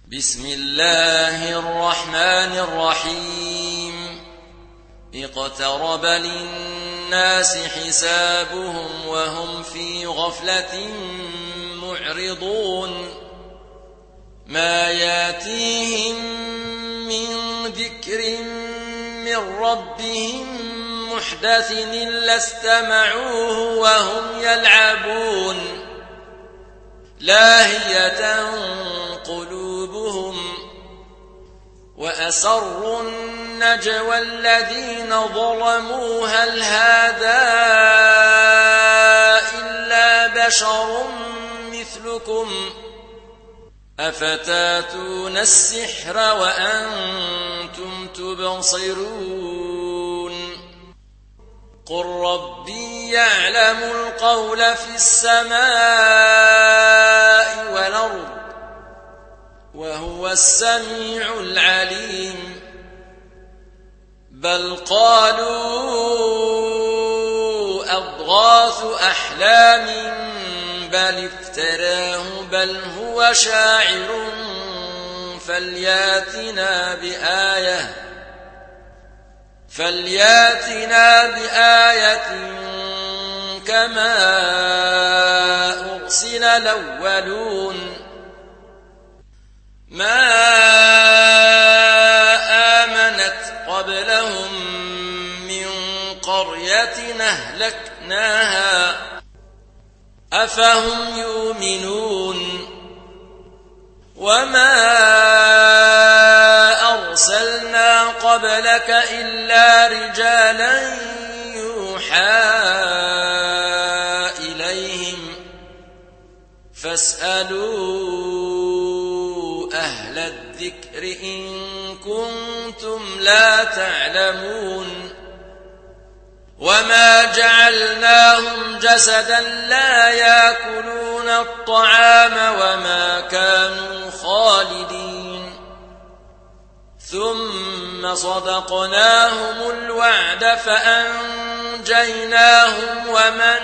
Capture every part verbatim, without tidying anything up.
بسم الله الرحمن الرحيم اقترب للناس حسابهم وهم في غفلة معرضون ما ياتيهم من ذكر من ربهم محدث إلا استمعوه وهم يلعبون لاهية قلوبهم وأسروا النجوى الذين ظلموا هل هذا إلا بشر مثلكم أفتاتون السحر وأنتم تبصرون قل ربي يعلم القول في السماء والأرض وهو السميع العليم بل قالوا أضغاث أحلام بل افتراه بل هو شاعر فلياتنا بآية فلياتنا بآية كما أرسل الأولون ما آمنت قبلهم من قرية أهلكناها أفهم يؤمنون وما أرسلنا قبلك إلا رجالا يوحى إليهم فاسألوا أهل الذكر إن كنتم لا تعلمون وما جعلناهم جسدا لا يأكلون الطعام وما كانوا خالدين ثم صدقناهم الوعد فأنجيناهم ومن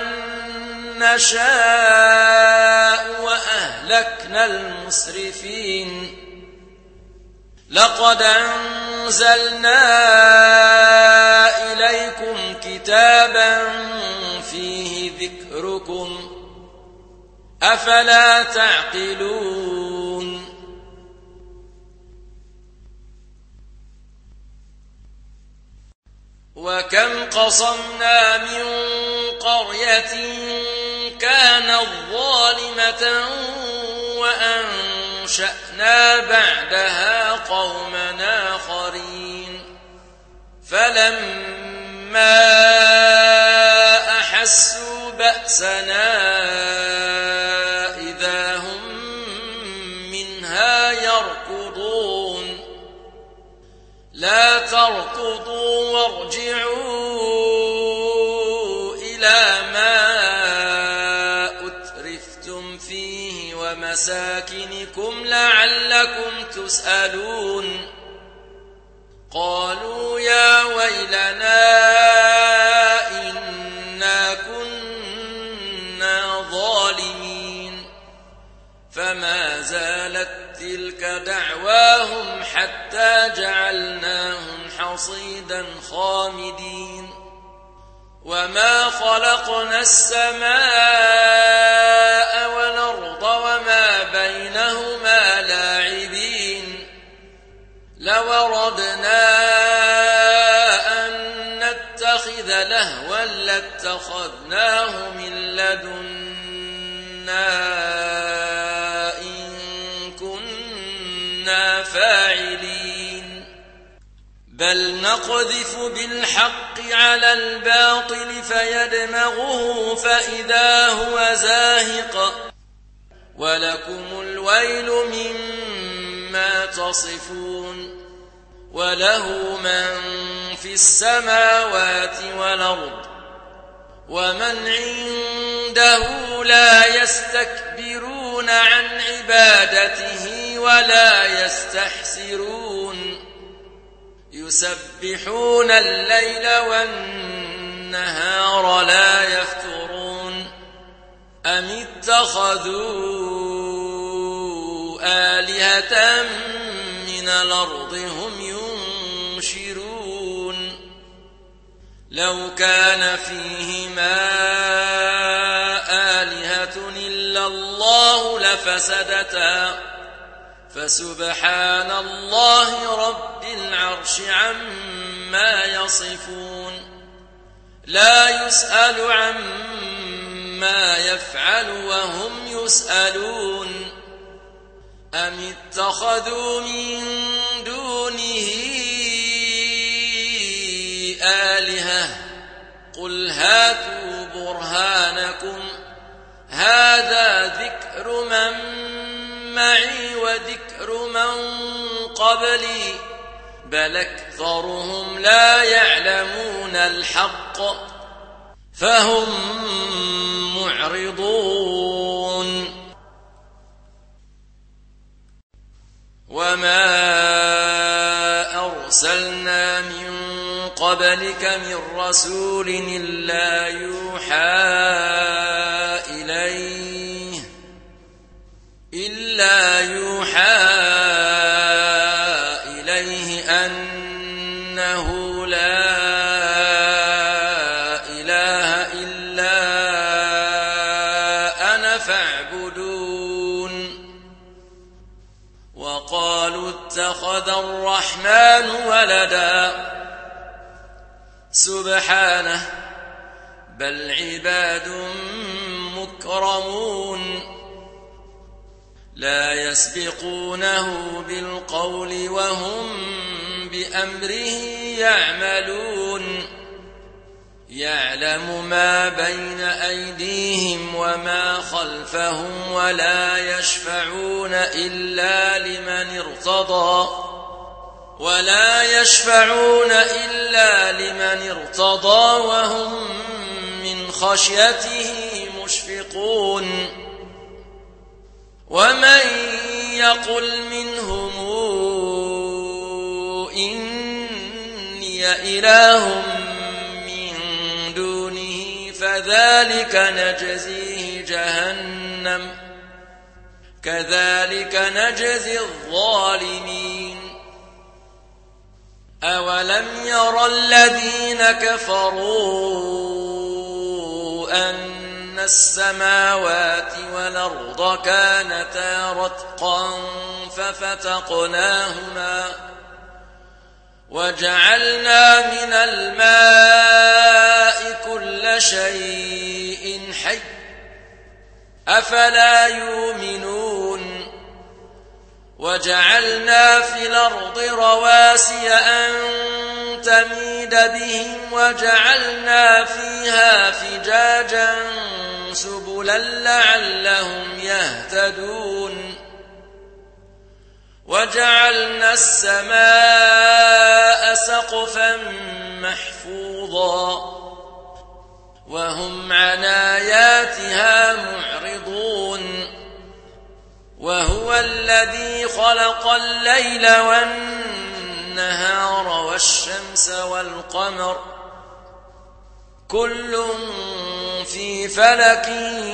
نشاء وأهلكنا المسرفين لقد أنزلنا إليكم كتابا فيه ذكركم أفلا تعقلون وكم قصمنا من قرية كانت ظالمة وأنشأنا بعدها قوما آخرين فلما أحسوا بأسنا إذا هم منها يركضون لا تركضوا وارجعوا إلى ما أترفتم فيه ومساكنكم لعلكم تسألون قالوا يا ويلنا إنا كنا ظالمين فما زالت تلك دعواهم حتى جعلناهم حصيدا خامدين وما خلقنا السماء والأرض وما بينهما لاعبين لوردنا أن نتخذ لهوا لاتخذناه من لدنا إن كنا فاعلين بل نقذف بالحق على الباطل فيدمغه فإذا هو زاهق ولكم الويل مما تصفون وله من في السماوات والأرض ومن عنده لا يستكبرون عن عبادته ولا يستحسرون يسبحون الليل والنهار لا يفترون أم اتخذوا آلهة من الأرض هم ينشرون لو كان فيهما آلهة إلا الله لفسدتا فسبحان الله رب العرش عما يصفون لا يسأل عما يفعل وهم يسألون أم اتخذوا من دونه آلهة قل هاتوا برهانكم هذا ذكر من معي وذكر من قبلي بل أكثرهم لا يعلمون الحق فهم معرضون وما أرسلنا من قبلك من رسول إلا يوحى إليه إلا يوحى إليه أنه لا إله إلا أنا فاعبدون وقالوا اتخذ الرحمن ولدا سبحانه بل عباد مكرمون لا يسبقونه بالقول وهم بأمره يعملون يعلم ما بين أيديهم وما خلفهم ولا يشفعون إلا لمن ارتضى ولا يشفعون إلا لمن ارتضى وهم من خشيته مشفقون ومن يقل منهم إني إله من دونه فذلك نجزيه جهنم كذلك نجزي الظالمين أولم ير الذين كفروا أن السماوات والأرض كانتا رتقا ففتقناهما وجعلنا من الماء كل شيء حي أفلا يؤمنون وجعلنا في الأرض رواسي أن تميد بهم وجعلنا فيها فجاجا سبلا لعلهم يهتدون وجعلنا السماء سقفا محفوظا وهم عن آياتها معرضون وهو الذي خلق الليل والنهار والشمس والقمر كل في فلك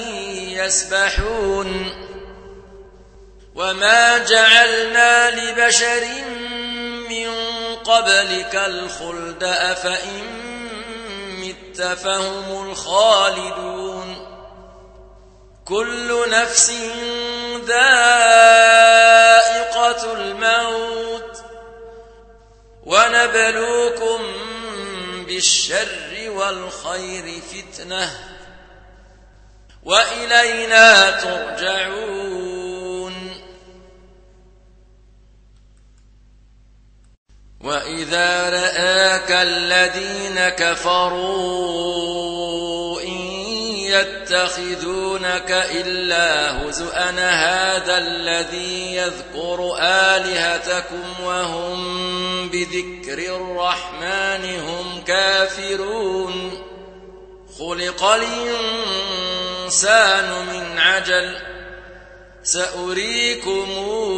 يسبحون وما جعلنا لبشر من قبلك الخلد أفإن مت فهم الخالدون كل نفس ذائقة الموت ونبلوكم بالشر والخير فتنة وإلينا ترجعون وإذا رآك الذين كفروا إن يتخذونك إلا هزؤا هذا الذي يذكر آلهتكم وهم بذكر الرحمن هم كافرون خلق الإنسان من عجل سأريكم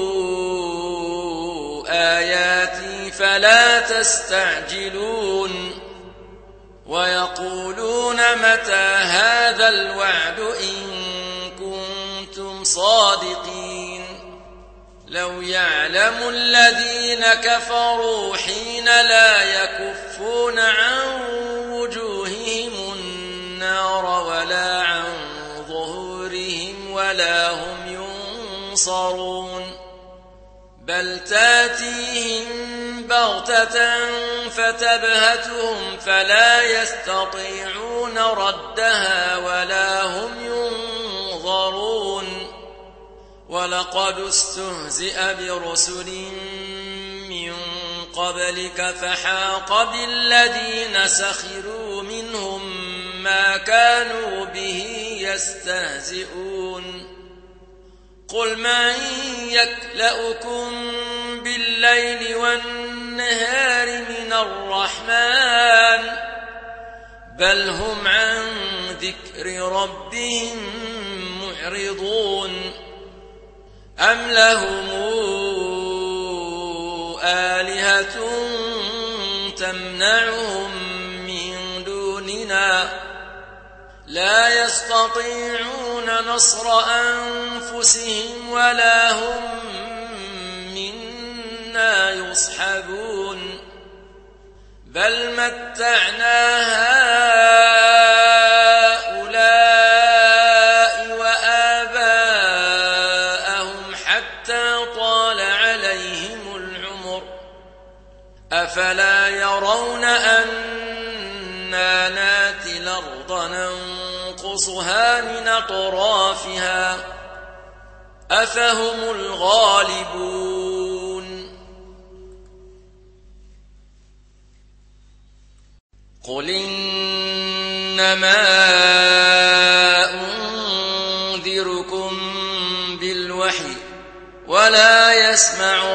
آياتي فلا تستعجلون ويقولون متى هذا الوعد إن كنتم صادقين لو يعلم الذين كفروا حين لا يكفون عن وجوههم النار ولا عن ظهورهم ولا هم ينصرون بل تاتيهم بغتة فتبهتهم فلا يستطيعون ردها ولا هم ينظرون ولقد استهزئ برسل من قبلك فحاق بالذين سخروا منهم ما كانوا به يستهزئون قل من يكلؤكم بالليل والنهار من الرحمن بل هم عن ذكر ربهم معرضون أم لهم آلهة تمنعهم من دوننا لا يستطيعون نصر أنفسهم ولا هم منا يصحبون بل متعنا هؤلاء وآباءهم حتى طال عليهم العمر أفلا يرون أنا ناتي الأرض ننقصها من أطرافها أفهم الغالبون قل إنما أنذركم بالوحي ولا يسمع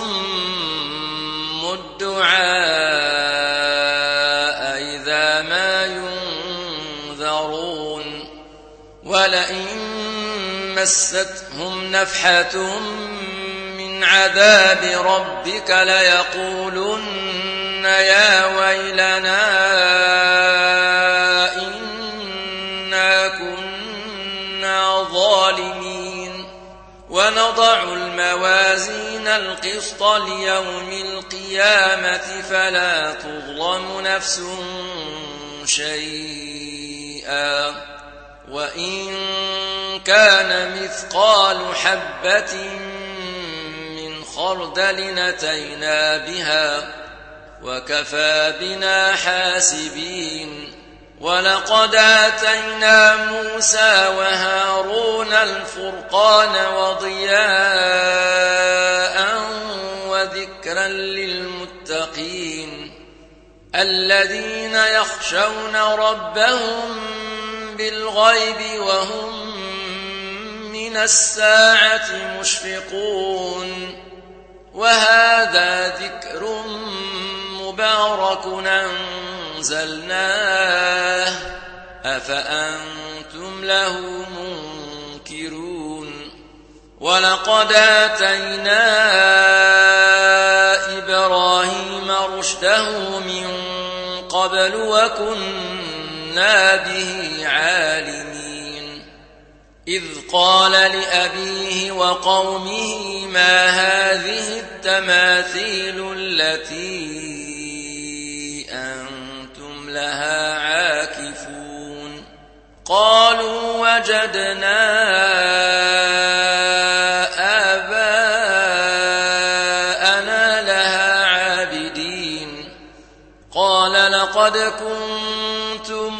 الصم الدعاء إذا ما ينذرون ولئن مستهم نفحة من عذاب ربك ليقولن يا ويلنا إنا كنا ظالمين ونضع الموازين القسط ليوم القيامة فلا تظلم نفس شيئا وإن كان مثقال حبة من خردل أتينا بها وكفى بنا حاسبين ولقد آتينا موسى وهارون الفرقان وضياء وذكرا للمتقين الذين يخشون ربهم بالغيب وهم من الساعة مشفقون وهذا ذكر مبارك أنزلناه أفأنتم له منكرون ولقد آتينا إبراهيم رشده من قبل وكنا به عالمين إذ قال لأبيه وقومه ما هذه التماثيل التي أنتم لها عاكفون قالوا وجدنا آباءنا لها عابدين قال لقد كنتم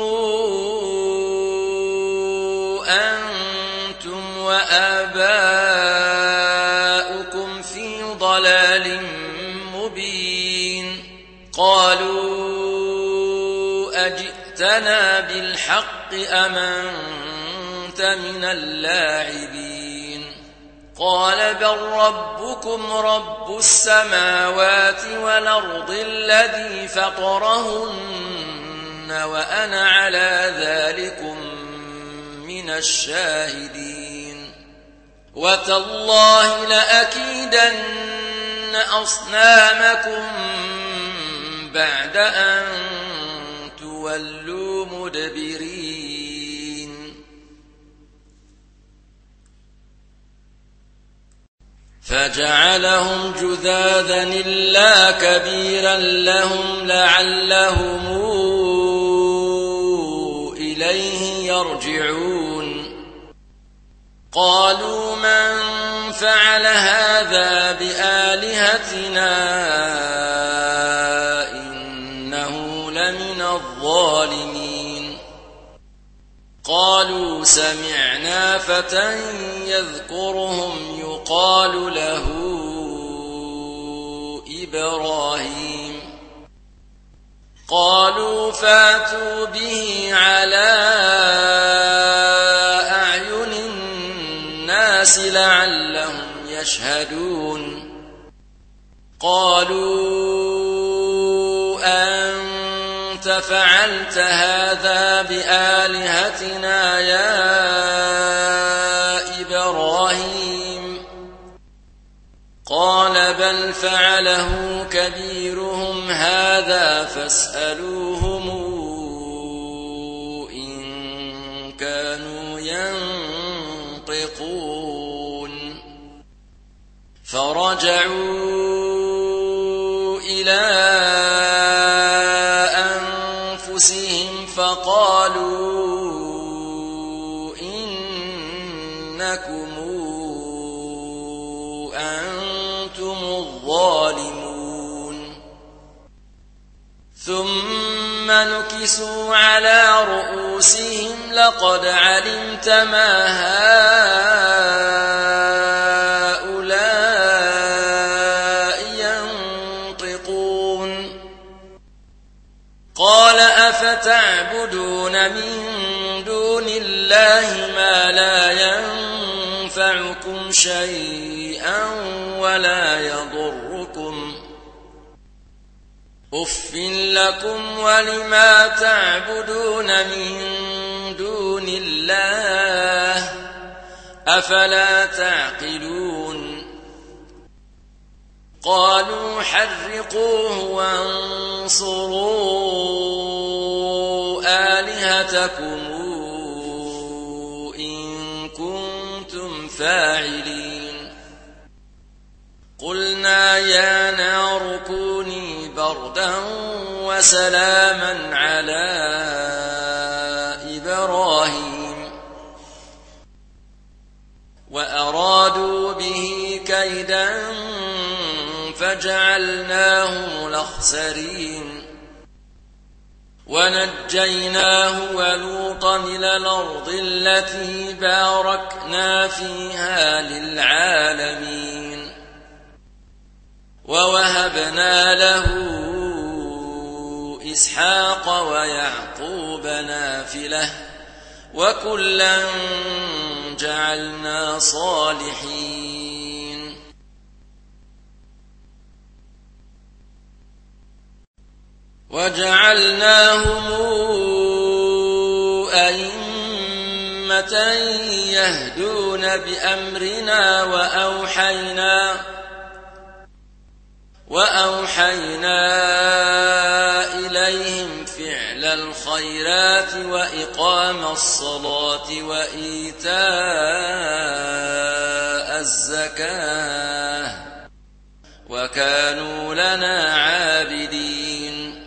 أنتم وآباؤكم في ضلال مبين قالوا أجئتنا بالحق أم أنت من اللاعبين قال بل ربكم رب السماوات والأرض الذي فطرهن وأنا على ذلكم من الشاهدين وتالله لأكيدن أصنامكم بعد أن تولوا مدبرين فجعلهم جذاذا إلا كبيرا لهم لعلهم إليه يرجعون قالوا من فعل هذا بآلهتنا إنه لمن الظالمين قالوا سمعنا فتى يذكرهم يقال له إبراهيم قالوا فاتوا به على أعين الناس لعلهم يشهدون قالوا أنت فعلت هذا بآلهتنا يا إبراهيم قال بل فعله كبيرهم هذا فاسألوهم إن كانوا ينطقون فرجعوا إلى أنفسهم فقالوا إنكم أنتم الظالمون ثم نكسوا على رؤوسهم لقد علمت ما هؤلاء ينطقون قال أفتعبدون من دون الله ما لا ينفعكم شيئا ولا يضركم أف لكم ولما تعبدون من دون الله أفلا تعقلون قالوا حرقوه وانصروا آلهتكم إن كنتم فاعلين قلنا يا نار كوني بردا وسلاما على إبراهيم وأرادوا به كيدا فجعلناهم الأخسرين ونجيناه ولوطا إلى الأرض التي باركنا فيها للعالمين ووهبنا له إسحاق ويعقوب نافلة وكلا جعلنا صالحين وجعلناهم أئمة يهدون بأمرنا وأوحينا وأوحينا إليهم فعل الخيرات وإقام الصلاة وإيتاء الزكاة وكانوا لنا عابدين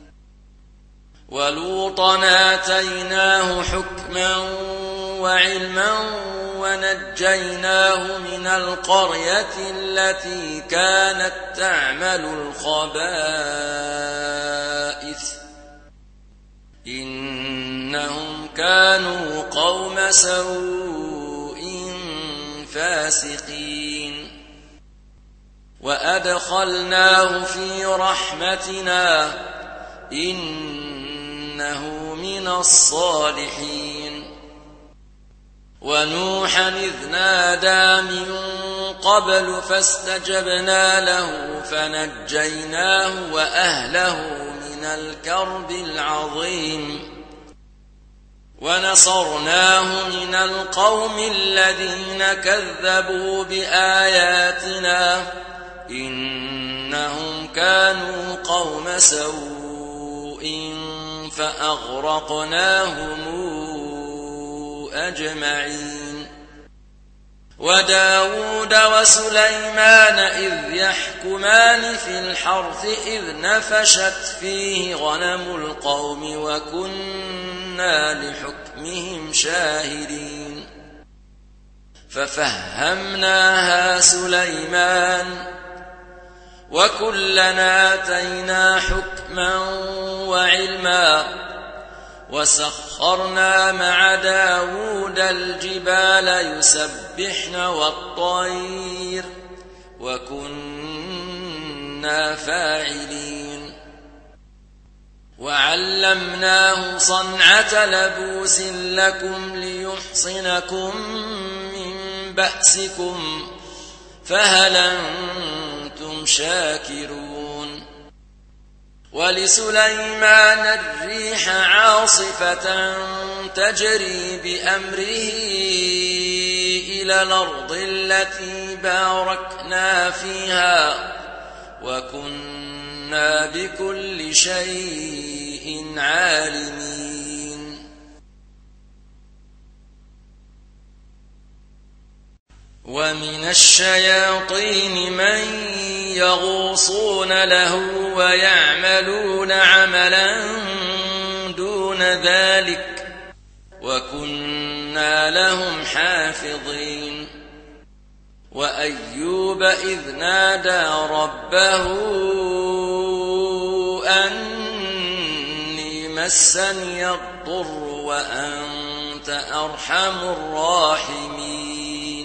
ولوطا آتيناه حكما وعلما ونجيناه من القرية التي كانت تعمل الخبائث إنهم كانوا قوم سوء فاسقين وأدخلناه في رحمتنا إنه من الصالحين ونوحا إذ نادى من قبل فاستجبنا له فنجيناه وأهله من الكرب العظيم ونصرناه من القوم الذين كذبوا بآياتنا إنهم كانوا قوم سوء فأغرقناهم أجمعين وداود وسليمان إذ يحكمان في الحرث إذ نفشت فيه غنم القوم وكنا لحكمهم شاهدين ففهمناها سليمان وكلنا آتينا حكما وعلما وسخرنا مع داود الجبال يسبحن والطير وكنا فاعلين وعلمناه صنعة لبوس لكم ليحصنكم من بأسكم فهل أنتم شاكرون ولسليمان الريح عاصفة تجري بأمره إلى الأرض التي باركنا فيها وكنا بكل شيء عالمين ومن الشياطين من يغوصون له ويعملون عملا دون ذلك وكنا لهم حافظين وأيوب إذ نادى ربه أني مسني الضر وأنت أرحم الراحمين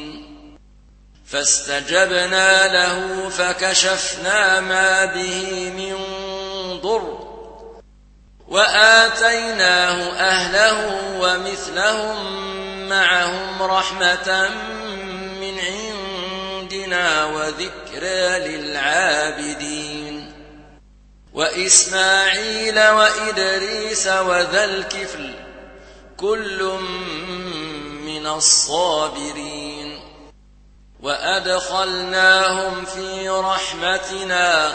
فاستجبنا له فكشفنا ما به من ضر وآتيناه أهله ومثلهم معهم رحمة من عندنا وذكرى للعابدين وإسماعيل وإدريس وذا الكفل كل من الصابرين وأدخلناهم في رحمتنا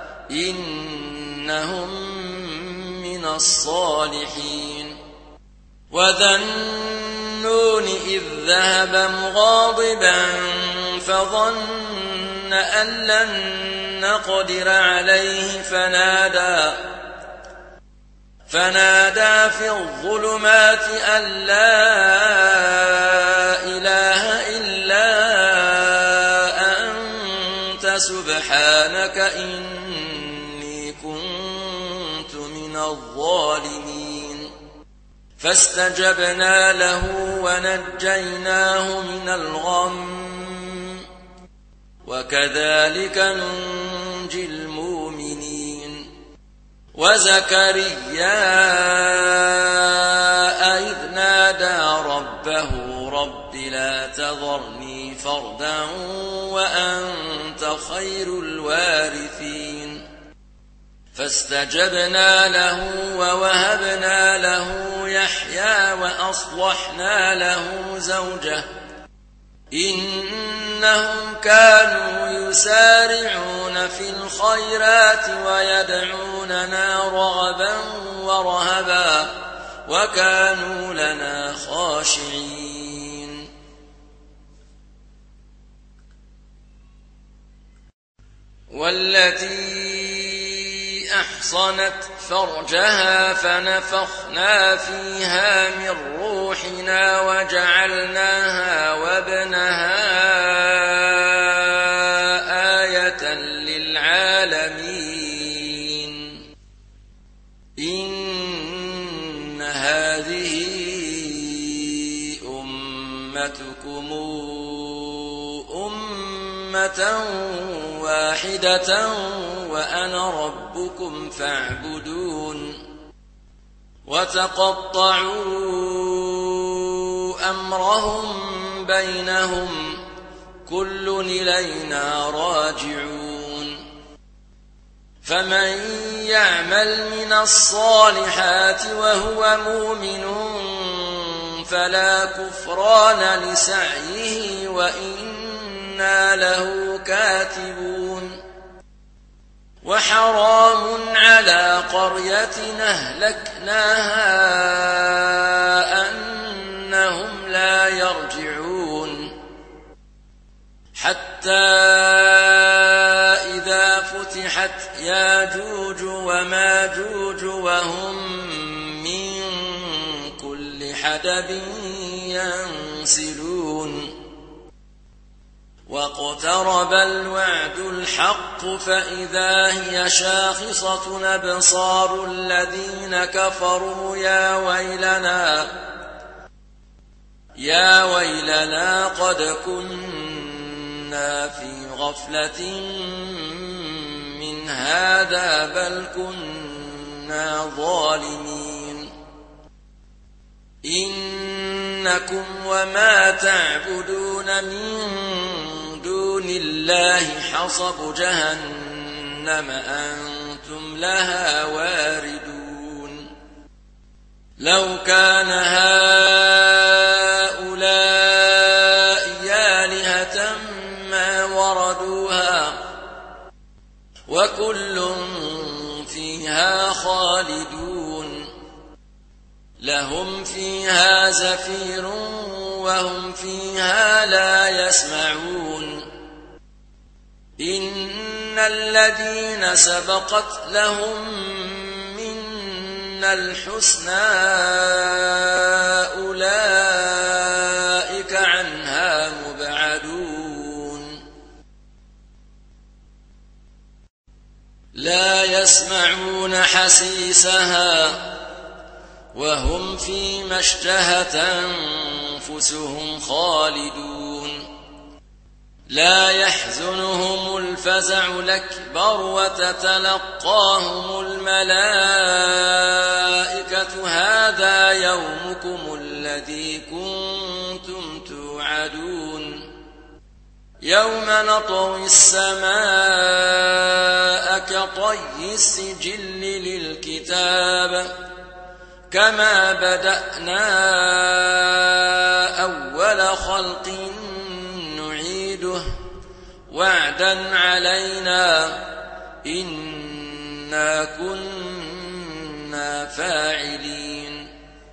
إنهم من الصالحين وذا النون إذ ذهب مغاضبا فظن أن لن نقدر عليه فنادى فنادى في الظلمات أن لا إله إلا سبحانك إني كنت من الظالمين فاستجبنا له ونجيناه من الغم وكذلك ننجي المؤمنين وزكريا إذ نادى ربه رب لا تذرني فردا وأنت خير الوارثين فاستجبنا له ووهبنا له يحيى وأصلحنا له زوجه إنهم كانوا يسارعون في الخيرات ويدعوننا رغبا ورهبا وكانوا لنا خاشعين والتي أحصنت فرجها فنفخنا فيها من روحنا وجعلناها وابنها آية للعالمين إن هذه أمتكم أمة واحدة وأنا ربكم فاعبدون وتقطعوا أمرهم بينهم كل إلينا راجعون فمن يعمل من الصالحات وهو مؤمن فلا كفران لسعيه وإنا له كاتبون وحرام على قرية أهلكناها أنهم لا يرجعون حتى إذا فتحت ياجوج وماجوج وهم من كل حدب ينسلون واقترب الوعد الحق فإذا هي شاخصة أبصار الذين كفروا يا ويلنا يا ويلنا قد كنا في غفلة من هذا بل كنا ظالمين إنكم وما تعبدون من دون الله حصب جهنم أنتم لها واردون لو كان هؤلاء آلهة ما وردوها وكل فيها خالدون لهم فيها زفير وهم فيها لا يسمعون إن الذين سبقت لهم منا الحسنى أولئك عنها مبعدون لا يسمعون حسيسها وهم فيما اشتهت أنفسهم خالدون لا يحزنهم الفزع الأكبر وتتلقاهم الملائكة هذا يومكم الذي كنتم توعدون يوم نطوي السماء كطي السجل للكتاب كما بدأنا أول خلق نعيده وعدا علينا إنا كنا فاعلين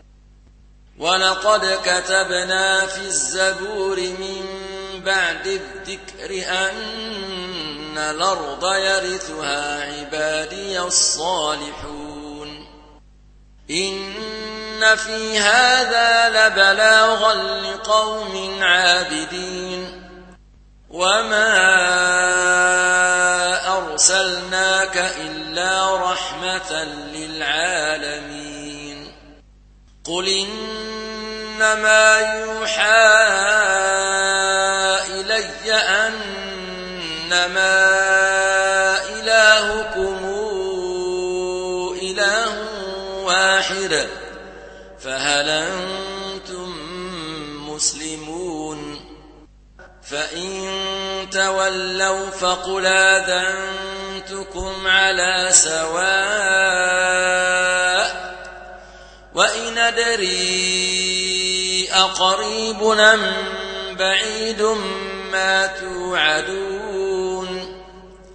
ولقد كتبنا في الزبور من بعد الذكر أن الأرض يرثها عبادي الصالحون إن في هذا لبلاغا لقوم عابدين وما أرسلناك إلا رحمة للعالمين قل إنما يوحى إلي أنما إلهكم إله واحد فهل أنتم مسلمون فإن تولوا فقل آذنتكم على سواء وإن أدري أقريب أم بعيد ما توعدون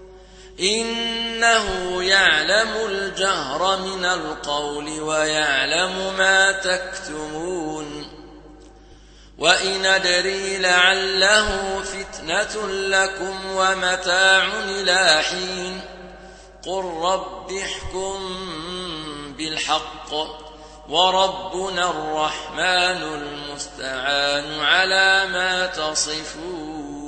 إنه يعلم الجهر من القول ويعلم ما تكتمون وإن أدري لعله فتنة لكم ومتاع إلى حين قل رب احكم بالحق وربنا الرحمن المستعان على ما تصفون